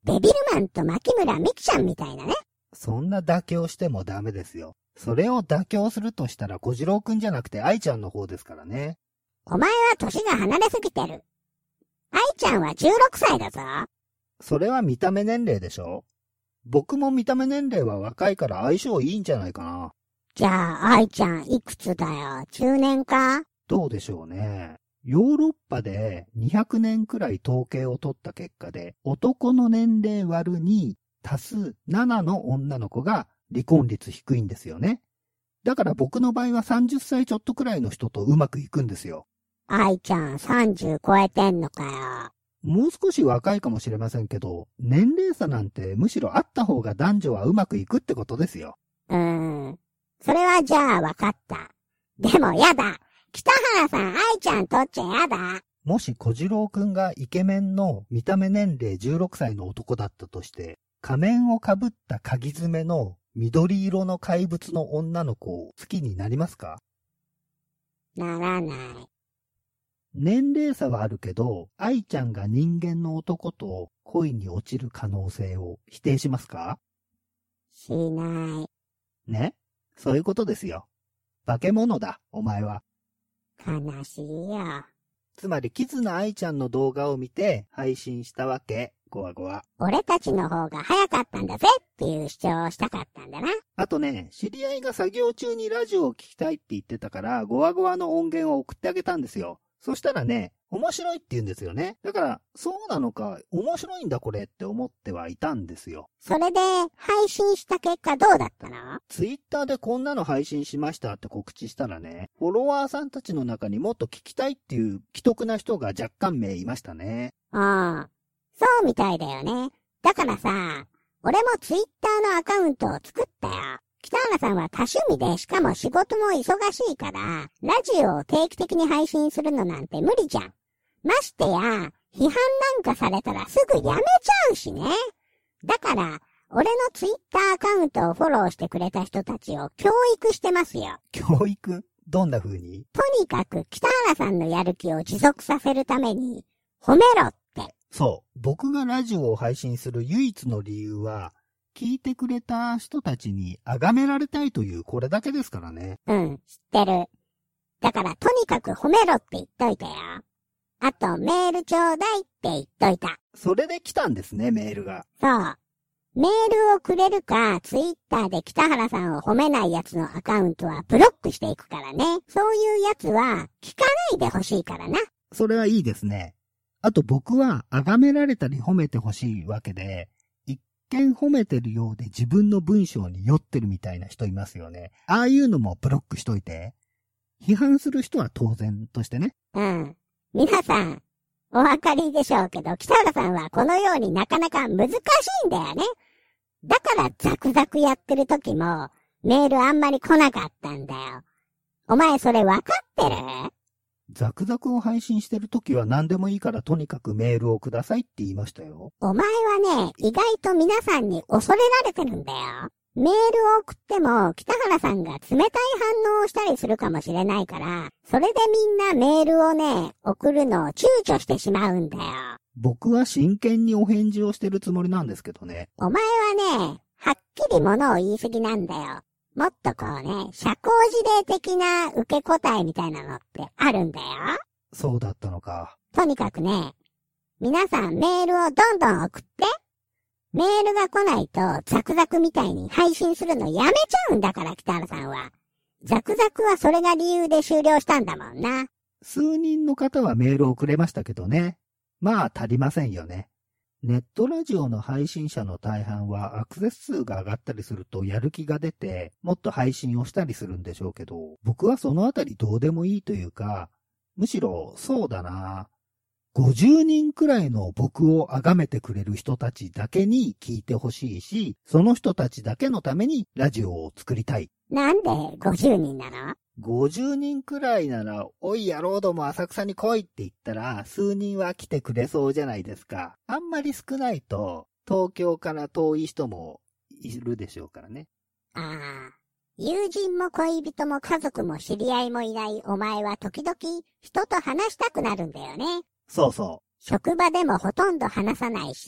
デビルマンと牧村美樹ちゃんみたいなね。 そんな妥協してもダメですよ。それを妥協するとしたら小次郎くんじゃなくて愛ちゃんの方ですからね。 お前は年が離れすぎてる。愛ちゃんはじゅうろくさいだぞ。 それは見た目年齢でしょ。僕も見た目年齢は若いから相性いいんじゃないかな。 じゃあ愛ちゃんいくつだよ。中年か？ どうでしょうね。ヨーロッパでにひゃくねんくらい統計を取った結果で、男の年齢割るに足すななの女の子が離婚率低いんですよね。だから僕の場合はさんじゅっさいちょっとくらいの人とうまくいくんですよ。 愛ちゃんさんじゅう超えてんのかよ。 もう少し若いかもしれませんけど、年齢差なんてむしろあった方が男女はうまくいくってことですよ。 うーん。それはじゃあ分かった。でもやだ。北原さん、愛ちゃんとっちゃやだ。 もし小次郎くんがイケメンの見た目年齢じゅうろくさいの男だったとして、仮面をかぶった鍵爪の緑色の怪物の女の子を好きになりますか？ ならない。 年齢差はあるけど、愛ちゃんが人間の男と恋に落ちる可能性を否定しますか？ しない。 ね？そういうことですよ。化け物だ、お前は。 悲しいよ。 つまり、キズナ愛ちゃんの動画を見て配信したわけ。ゴワゴワ。 俺たちの方が早かったんだぜっていう主張をしたかったんだな。 あとね、知り合いが作業中にラジオを聞きたいって言ってたから、ゴワゴワの音源を送ってあげたんですよ。そしたらね、面白いって言うんですよね。だから、そうなのか、面白いんだこれって思ってはいたんですよ。 それで、配信した結果どうだったの？ ツイッターでこんなの配信しましたって告知したらね、フォロワーさんたちの中にもっと聞きたいっていう既得な人が若干名いましたね。 ああ、そうみたいだよね。だからさ、俺もツイッターのアカウントを作ったよ。北原さんは多趣味で、しかも仕事も忙しいから、ラジオを定期的に配信するのなんて無理じゃん。ましてや、批判なんかされたらすぐやめちゃうしね。だから、俺のツイッターアカウントをフォローしてくれた人たちを教育してますよ。 教育？どんな風に？ とにかく北原さんのやる気を持続させるために、褒めろって。 そう。僕がラジオを配信する唯一の理由は、聞いてくれた人たちに崇められたいというこれだけですからね。 うん、知ってる。だからとにかく褒めろって言っといたよ。あとメールちょうだいって言っといた。 それで来たんですね、メールが。 そう。メールをくれるか、ツイッターで北原さんを褒めないやつのアカウントはブロックしていくからね。そういうやつは聞かないでほしいからな。 それはいいですね。あと僕は崇められたり褒めてほしいわけで、一見褒めてるようで自分の文章に酔ってるみたいな人いますよね。ああいうのもブロックしといて。批判する人は当然としてね。 うん。皆さん、お分かりでしょうけど、北原さんはこのようになかなか難しいんだよね。だからザクザクやってる時も、メールあんまり来なかったんだよ。お前それ分かってる？ ザクザクを配信してる時は何でもいいからとにかくメールをくださいって言いましたよ。 お前はね、意外と皆さんに恐れられてるんだよ。メールを送っても北原さんが冷たい反応をしたりするかもしれないから、それでみんなメールをね、送るのを躊躇してしまうんだよ。 僕は真剣にお返事をしてるつもりなんですけどね。 お前はね、はっきりものを言い過ぎなんだよ。もっとこうね、社交辞令的な受け答えみたいなのってあるんだよ。 そうだったのか。 とにかくね、皆さんメールをどんどん送って。メールが来ないとザクザクみたいに配信するのやめちゃうんだから、北原さんは。ザクザクはそれが理由で終了したんだもんな。 数人の方はメールをくれましたけどね。まあ足りませんよね。ネットラジオの配信者の大半はアクセス数が上がったりするとやる気が出てもっと配信をしたりするんでしょうけど、僕はそのあたりどうでもいいというか、むしろそうだな。ごじゅうにんくらいの僕を崇めてくれる人たちだけに聞いてほしいし、その人たちだけのためにラジオを作りたい。 なんでごじゅうにんなの？ ごじゅうにんくらいなら、おい野郎ども浅草に来いって言ったら、数人は来てくれそうじゃないですか。あんまり少ないと、東京から遠い人もいるでしょうからね。 ああ、友人も恋人も家族も知り合いもいないお前は時々人と話したくなるんだよね。 そうそう。 職場でもほとんど話さないし、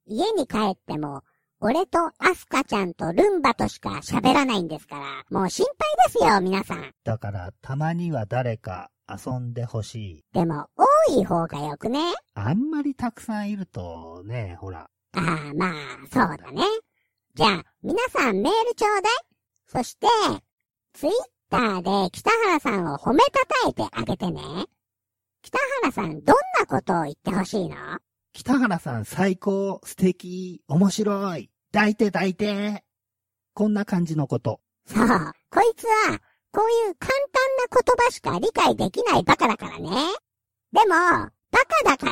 家に帰っても、俺とアスカちゃんとルンバとしか喋らないんですから、もう心配ですよ、皆さん。 だから、たまには誰か遊んでほしい。 でも、多い方がよくね。 あんまりたくさんいるとね、ほら。 ああ、まあ、そうだね。じゃあ、皆さんメールちょうだい。そして、ツイッターで北原さんを褒めたたえてあげてね。北原さん、どんなことを言ってほしいの？ 北原さん最高、素敵、面白い、抱いて抱いて。こんな感じのこと。 そう、こいつは、こういう簡単な言葉しか理解できないバカだからね。でも、バカだから、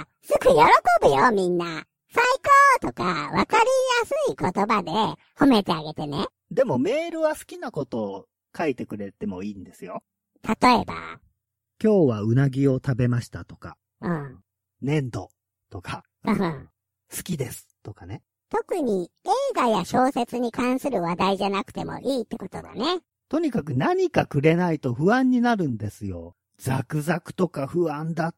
すぐ喜ぶよ、みんな。最高とか、わかりやすい言葉で褒めてあげてね。 でもメールは好きなことを書いてくれてもいいんですよ。 例えば、 今日はうなぎを食べましたとか、 うん。 粘土とか、 うん好きですとかね。 特に映画や小説に関する話題じゃなくてもいいってことだね。 とにかく何かくれないと不安になるんですよ。ザクザクとか不安だった。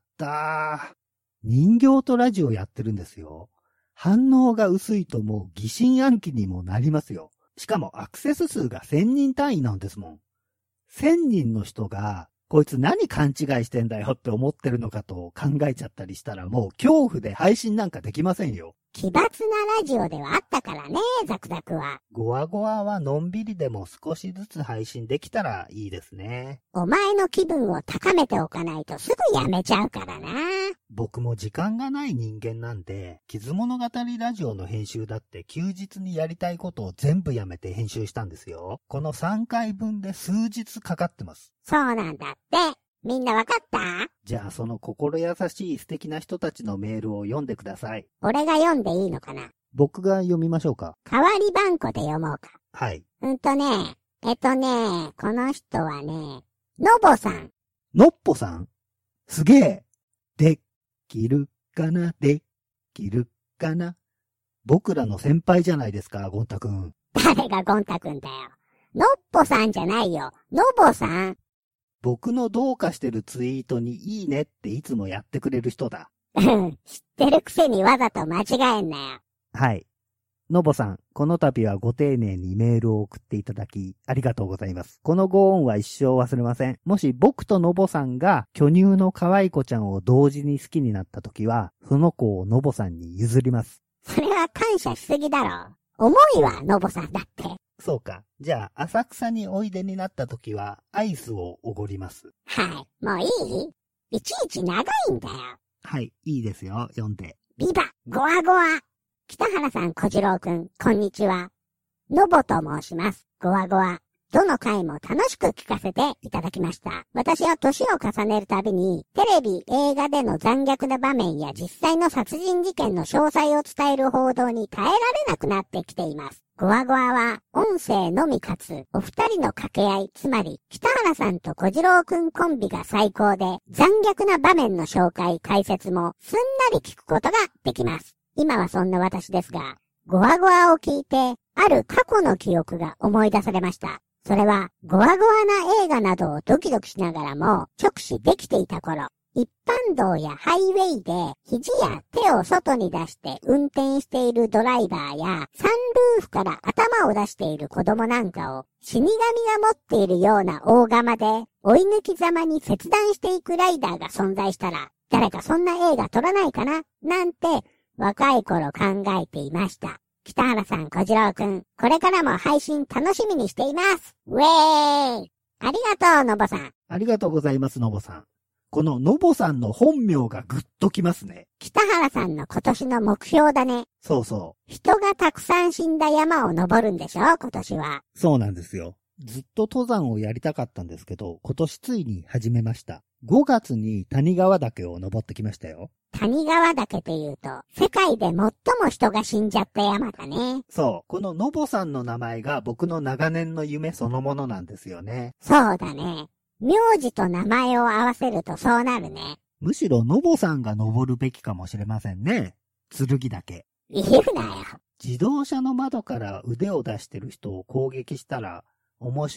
人形とラジオやってるんですよ。反応が薄いともう疑心暗鬼にもなりますよ。しかもアクセス数がせんにん単位なんですもん。せんにんの人が、こいつ何勘違いしてんだよって思ってるのかと考えちゃったりしたらもう恐怖で配信なんかできませんよ。 奇抜なラジオではあったからね、ザクザクは。 ゴワゴワはのんびりでも少しずつ配信できたらいいですね。 お前の気分を高めておかないとすぐやめちゃうからな。 僕も時間がない人間なんで、傷物語ラジオの編集だって休日にやりたいことを全部やめて編集したんですよ。このさんかいぶんで数日かかってます。 そうなんだって。みんなわかった？ じゃあその心優しい素敵な人たちのメールを読んでください。 俺が読んでいいのかな？ 僕が読みましょうか。 代わり番号で読もうか。 はい。 うんとね、えっとね、この人はね、のぼさん。 のっぽさん？すげえ。できるかなできるかな僕らの先輩じゃないですか、ゴンタくん。 誰がゴンタくんだよ。のっぽさんじゃないよ。のぼさん。 僕のどうかしてるツイートにいいねっていつもやってくれる人だ。 うん、知ってるくせにわざと間違えんなよ。 はい。のぼさん、この度はご丁寧にメールを送っていただき、ありがとうございます。このご恩は一生忘れません。もし僕とのぼさんが巨乳の可愛い子ちゃんを同時に好きになった時は、その子をのぼさんに譲ります。 それは感謝しすぎだろ。重いわ、のぼさんだって。 そうか。じゃあ、浅草においでになった時は、アイスをおごります。 はい。もういい？いちいち長いんだよ。 はい、いいですよ。読んで。 ビバ、ゴワゴワ。北原さん、小次郎くん、こんにちは。のぼと申します。ゴワゴワ。どの回も楽しく聞かせていただきました。私は年を重ねるたびに、テレビ、映画での残虐な場面や実際の殺人事件の詳細を伝える報道に耐えられなくなってきています。ゴワゴワは音声のみかつ、お二人の掛け合い、つまり北原さんと小次郎くんコンビが最高で、残虐な場面の紹介、解説もすんなり聞くことができます。今はそんな私ですが、ゴワゴワを聞いて、ある過去の記憶が思い出されました。それは、ゴワゴワな映画などをドキドキしながらも直視できていた頃、一般道やハイウェイで肘や手を外に出して運転しているドライバーやサンルーフから頭を出している子供なんかを死神が持っているような大釜で追い抜きざまに切断していくライダーが存在したら、誰かそんな映画撮らないかななんて若い頃考えていました。北原さん、小次郎くん、これからも配信楽しみにしています。ウェーイ！ありがとう、のぼさん。 ありがとうございます、のぼさん。こののぼさんの本名がぐっときますね。 北原さんの今年の目標だね。 そうそう。 人がたくさん死んだ山を登るんでしょ、今年は。 そうなんですよ。ずっと登山をやりたかったんですけど、今年ついに始めました。ごがつに谷川岳を登ってきましたよ。 谷川岳って言うと、世界で最も人が死んじゃった山だね。 そう。こののぼさんの名前が僕の長年の夢そのものなんですよね。 そうだね。名字と名前を合わせるとそうなるね。 むしろのぼさんが登るべきかもしれませんね。剣岳。 言うなよ。 自動車の窓から腕を出してる人を攻撃したら面白いっ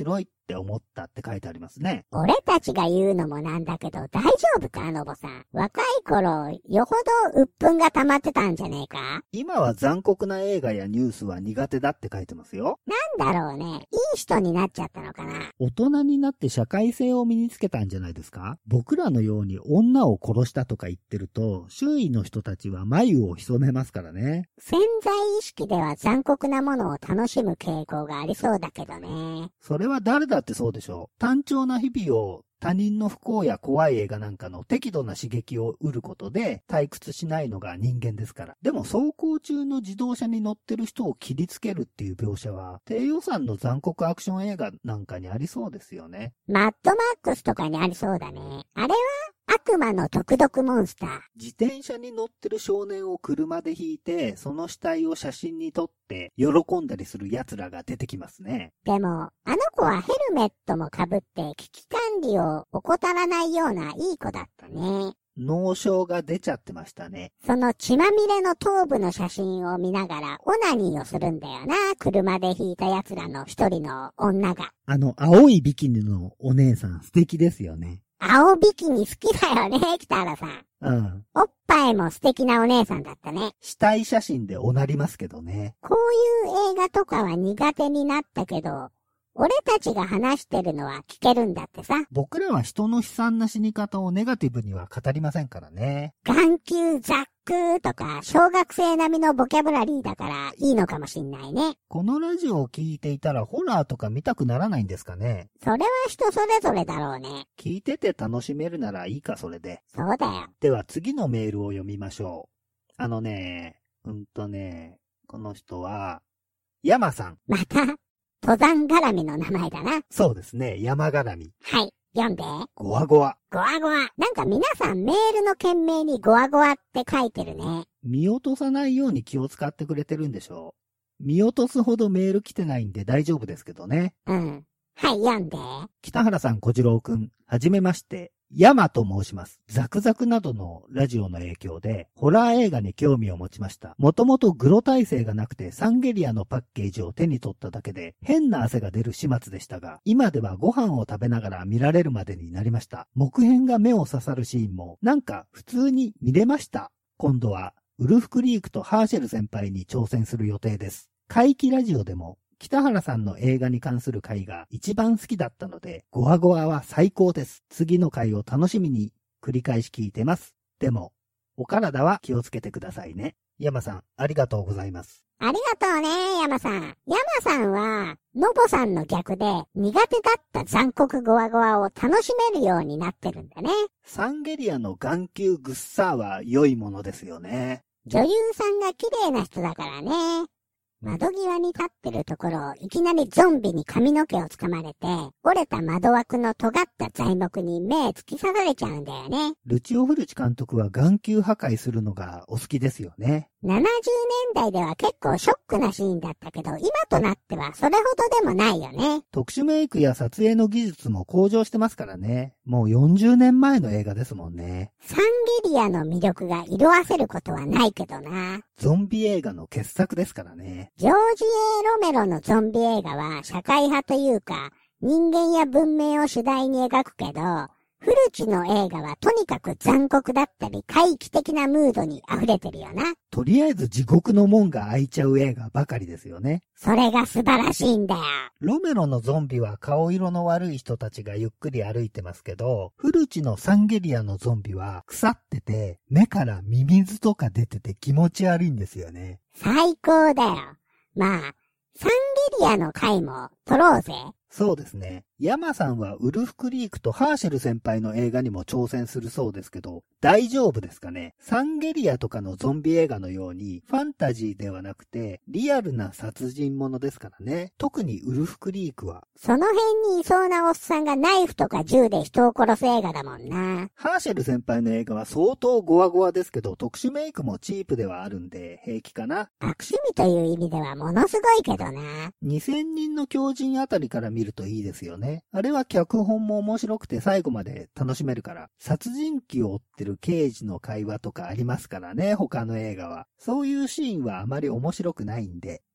って思ったって書いてありますね。 俺たちが言うのもなんだけど、大丈夫かのぼさん。若い頃、よほど鬱憤が溜まってたんじゃねえか？ 今は残酷な映画やニュースは苦手だって書いてますよ。 なんだろうね。いい人になっちゃったのかな。 大人になって社会性を身につけたんじゃないですか？僕らのように女を殺したとか言ってると、周囲の人たちは眉を潜めますからね。 潜在意識では残酷なものを楽しむ傾向がありそうだけどね。 それは誰だってそうでしょう。単調な日々を他人の不幸や怖い映画なんかの適度な刺激を得ることで退屈しないのが人間ですから。でも走行中の自動車に乗ってる人を切りつけるっていう描写は低予算の残酷アクション映画なんかにありそうですよね。 マッドマックスとかにありそうだね。あれは悪魔の毒毒モンスター。 自転車に乗ってる少年を車で引いて、その死体を写真に撮って喜んだりする奴らが出てきますね。 でも、あの子はヘルメットも被って危機管理を怠らないようないい子だったね。 脳症が出ちゃってましたね。 その血まみれの頭部の写真を見ながらオナニーをするんだよな。車で引いた奴らの一人の女が。 あの青いビキニのお姉さん素敵ですよね。 青ビキニ好きだよね、北原さん。 うん。 おっぱいも素敵なお姉さんだったね。 死体写真でおなりますけどね。 こういう映画とかは苦手になったけど、俺たちが話してるのは聞けるんだってさ。 僕らは人の悲惨な死に方をネガティブには語りませんからね。 眼球ザックとか小学生並みのボキャブラリーだからいいのかもしんないね。 このラジオを聞いていたらホラーとか見たくならないんですかね。 それは人それぞれだろうね。 聞いてて楽しめるならいいかそれで。 そうだよ。 では次のメールを読みましょう。あのね、うんとね、この人は、山さん。 また登山絡みの名前だな。 そうですね、山絡み。 はい、読んで。 ゴワゴワ。 ゴワゴワ。なんか皆さんメールの件名にゴワゴワって書いてるね。 見落とさないように気を使ってくれてるんでしょう。見落とすほどメール来てないんで大丈夫ですけどね。 うん。はい、読んで。 北原さん、小次郎くん、はじめまして。山と申します。ザクザクなどのラジオの影響で、ホラー映画に興味を持ちました。もともとグロ体制がなくてサンゲリアのパッケージを手に取っただけで、変な汗が出る始末でしたが、今ではご飯を食べながら見られるまでになりました。木片が目を刺さるシーンも、なんか普通に見れました。今度は、ウルフクリークとハーシェル先輩に挑戦する予定です。怪奇ラジオでも、北原さんの映画に関する回が一番好きだったので、ゴワゴワは最高です。次の回を楽しみに繰り返し聞いてます。でも、お体は気をつけてくださいね。山さん、ありがとうございます。 ありがとうね、山さん。山さんは、のぼさんの逆で苦手だった残酷ゴワゴワを楽しめるようになってるんだね。 サンゲリアの眼球グッサーは良いものですよね。 女優さんが綺麗な人だからね。窓際に立ってるところをいきなりゾンビに髪の毛をつかまれて、折れた窓枠の尖った材木に目突き刺されちゃうんだよね。 ルチオ・フルチ監督は眼球破壊するのがお好きですよね。 ななじゅうねんだいでは結構ショックなシーンだったけど、今となってはそれほどでもないよね。 特殊メイクや撮影の技術も向上してますからね。もうよんじゅうねんまえの映画ですもんね。 サンゲリアの魅力が色あせることはないけどな。 ゾンビ映画の傑作ですからね。 ジョージ・エー・ロメロのゾンビ映画は社会派というか、人間や文明を主題に描くけど、フルチの映画はとにかく残酷だったり怪奇的なムードに溢れてるよな。 とりあえず地獄の門が開いちゃう映画ばかりですよね。 それが素晴らしいんだよ。 ロメロのゾンビは顔色の悪い人たちがゆっくり歩いてますけど、フルチのサンゲリアのゾンビは腐ってて、目からミミズとか出てて気持ち悪いんですよね。 最高だよ。まあ、サンゲリアの回も撮ろうぜ。 そうですね。山さんはウルフクリークとハーシェル先輩の映画にも挑戦するそうですけど、大丈夫ですかね？サンゲリアとかのゾンビ映画のようにファンタジーではなくてリアルな殺人ものですからね。特にウルフクリークは。 その辺にいそうなおっさんがナイフとか銃で人を殺す映画だもんな。 ハーシェル先輩の映画は相当ゴワゴワですけど、特殊メイクもチープではあるんで平気かな。 悪趣味という意味ではものすごいけどな。 にせんにんの狂人あたりから見るといいですよね。あれは脚本も面白くて最後まで楽しめるから。殺人鬼を追ってる刑事の会話とかありますからね、他の映画は。そういうシーンはあまり面白くないんで。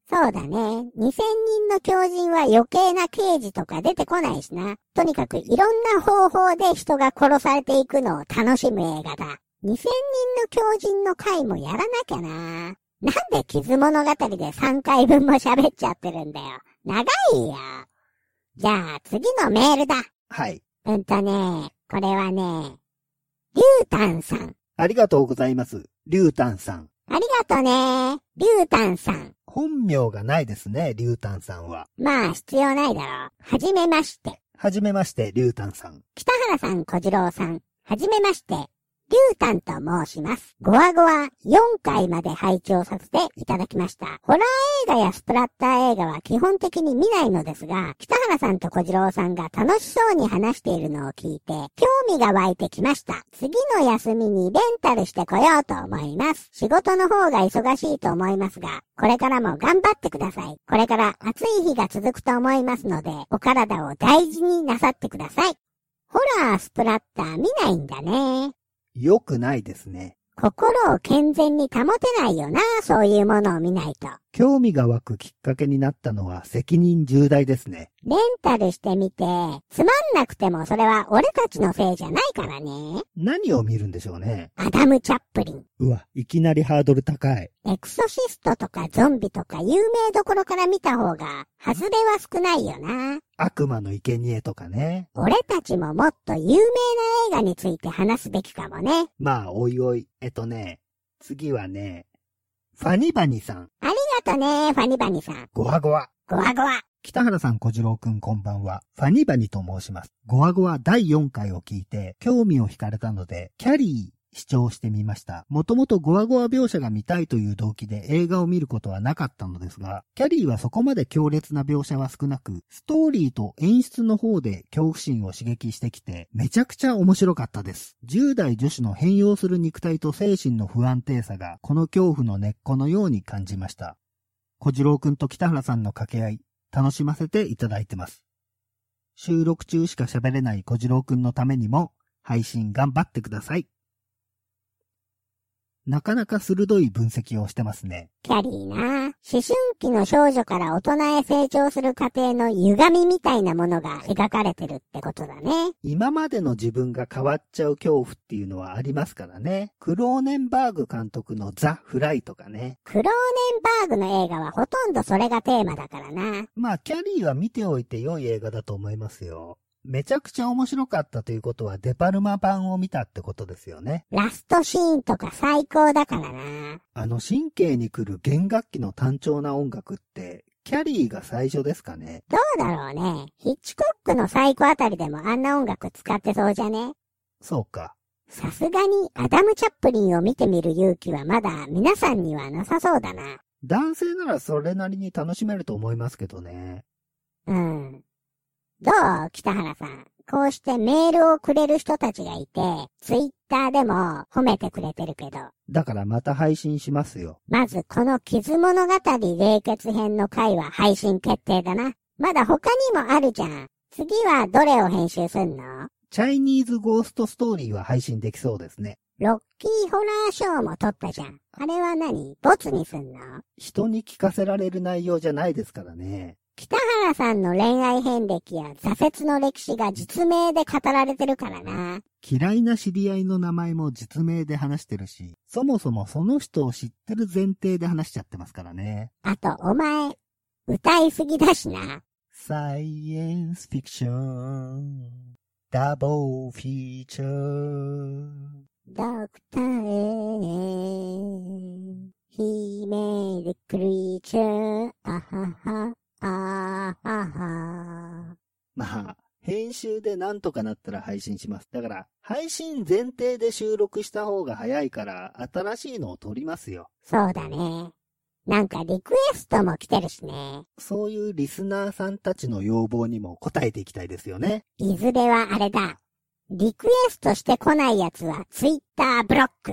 そうだね。にせんにんの狂人は余計な刑事とか出てこないしな。とにかくいろんな方法で人が殺されていくのを楽しむ映画だ。にせんにんの狂人の回もやらなきゃな。なんで傷物語でさんかいぶんも喋っちゃってるんだよ。長いよ。じゃあ次のメールだ。 はい。 うんとね、これはね、リュウタンさん。 ありがとうございます。リュウタンさん。 ありがとね、リュウタンさん。 本名がないですね、リュウタンさんは。 まあ必要ないだろう。はじめまして。 はじめまして、リュウタンさん。 北原さん、小次郎さん。はじめまして。リュウタンと申します。ゴワゴワよんかいまで拝聴させていただきました。ホラー映画やスプラッター映画は基本的に見ないのですが、北原さんと小次郎さんが楽しそうに話しているのを聞いて、興味が湧いてきました。次の休みにレンタルしてこようと思います。仕事の方が忙しいと思いますが、これからも頑張ってください。これから暑い日が続くと思いますので、お体を大事になさってください。ホラー、スプラッター見ないんだね。 よくないですね。 心を健全に保てないよな、そういうものを見ないと。 興味が湧くきっかけになったのは責任重大ですね。 レンタルしてみて、つまんなくてもそれは俺たちのせいじゃないからね。 何を見るんでしょうね。 アダム・チャップリン。 うわ、いきなりハードル高い。 エクソシストとかゾンビとか有名どころから見た方が、外れは少ないよな。 悪魔の生贄とかね。 俺たちももっと有名な映画について話すべきかもね。 まあ、おいおい。えっとね、次はね、ファニバニさん。 ありがとね、ファニバニさん。 ゴワゴワ。 ゴワゴワ。 北原さん、小次郎くんこんばんは。ファニバニと申します。ゴワゴワだいよんかいを聞いて、興味を惹かれたので、キャリー、視聴してみました。もともとゴワゴワ描写が見たいという動機で映画を見ることはなかったのですが、キャリーはそこまで強烈な描写は少なく、ストーリーと演出の方で恐怖心を刺激してきて、めちゃくちゃ面白かったです。じゅう代女子の変容する肉体と精神の不安定さが、この恐怖の根っこのように感じました。小次郎くんと北原さんの掛け合い、楽しませていただいてます。収録中しか喋れない小次郎くんのためにも、配信頑張ってください。なかなか鋭い分析をしてますね。 キャリーな。思春期の少女から大人へ成長する過程の歪みみたいなものが描かれてるってことだね。 今までの自分が変わっちゃう恐怖っていうのはありますからね。クローネンバーグ監督のザ・フライとかね。 クローネンバーグの映画はほとんどそれがテーマだからな。 まあ、キャリーは見ておいて良い映画だと思いますよ。めちゃくちゃ面白かったということはデパルマ版を見たってことですよね。 ラストシーンとか最高だからな。 あの神経に来る弦楽器の単調な音楽ってキャリーが最初ですかね。 どうだろうね。ヒッチコックのサイコあたりでもあんな音楽使ってそうじゃね。 そうか。 さすがにアダム・チャップリンを見てみる勇気はまだ皆さんにはなさそうだな。 男性ならそれなりに楽しめると思いますけどね。 うん。どう北原さん。こうしてメールをくれる人たちがいて、ツイッターでも褒めてくれてるけど。 だからまた配信しますよ。 まずこの傷物語冷血編の回は配信決定だな。まだ他にもあるじゃん。次はどれを編集すんの？ チャイニーズゴーストストーリーは配信できそうですね。 ロッキーホラーショーも撮ったじゃん。あれは何？ボツにすんの？ 人に聞かせられる内容じゃないですからね。 北原さんの恋愛遍歴や挫折の歴史が実名で語られてるからな。 嫌いな知り合いの名前も実名で話してるし、そもそもその人を知ってる前提で話しちゃってますからね。 あと、お前、歌いすぎだしな。 サイエンスフィクション、ダブルフィーチャー。 ドクターへ、ヒメルクリーチャー、あはは。あーはは。 まあ、編集でなんとかなったら配信します。だから、配信前提で収録した方が早いから、新しいのを撮りますよ。 そうだね。なんかリクエストも来てるしね。 そういうリスナーさんたちの要望にも応えていきたいですよね。 いずれはあれだ。リクエストしてこないやつはツイッターブロック。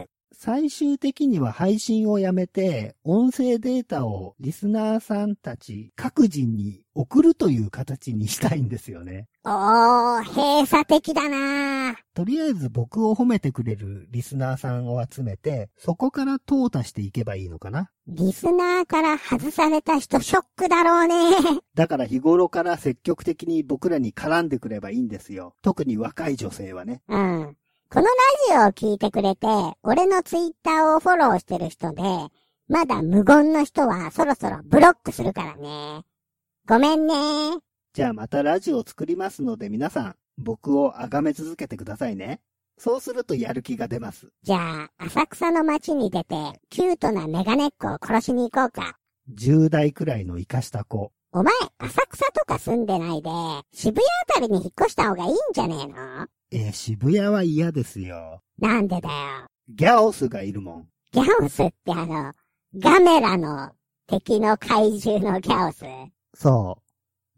最終的には配信をやめて、音声データをリスナーさんたち各人に送るという形にしたいんですよね。 おー、閉鎖的だなー。 とりあえず僕を褒めてくれるリスナーさんを集めて、そこから淘汰していけばいいのかな。 リスナーから外された人ショックだろうね。 だから日頃から積極的に僕らに絡んでくればいいんですよ。特に若い女性はね。 うん。このラジオを聞いてくれて、俺のツイッターをフォローしてる人で、まだ無言の人はそろそろブロックするからね。ごめんね。 じゃあまたラジオを作りますので皆さん、僕を崇め続けてくださいね。そうするとやる気が出ます。 じゃあ、浅草の街に出て、キュートなメガネっ子を殺しに行こうか。 じゅう代くらいのイカした子。 お前、浅草とか住んでないで、渋谷あたりに引っ越した方がいいんじゃねえの？ えー、渋谷は嫌ですよ。 なんでだよ。 ギャオスがいるもん。 ギャオスってあの、ガメラの敵の怪獣のギャオス。 そう。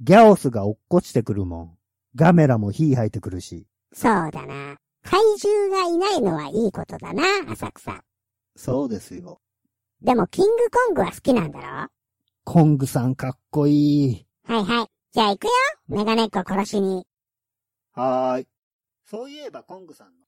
ギャオスが落っこちてくるもん。ガメラも火吐いてくるし。 そうだな。怪獣がいないのはいいことだな、浅草。 そうですよ。 でもキングコングは好きなんだろ？ コングさんかっこいい。 はいはい。じゃあ行くよ。メガネっ子殺しに。 はーい。そういえばコングさんの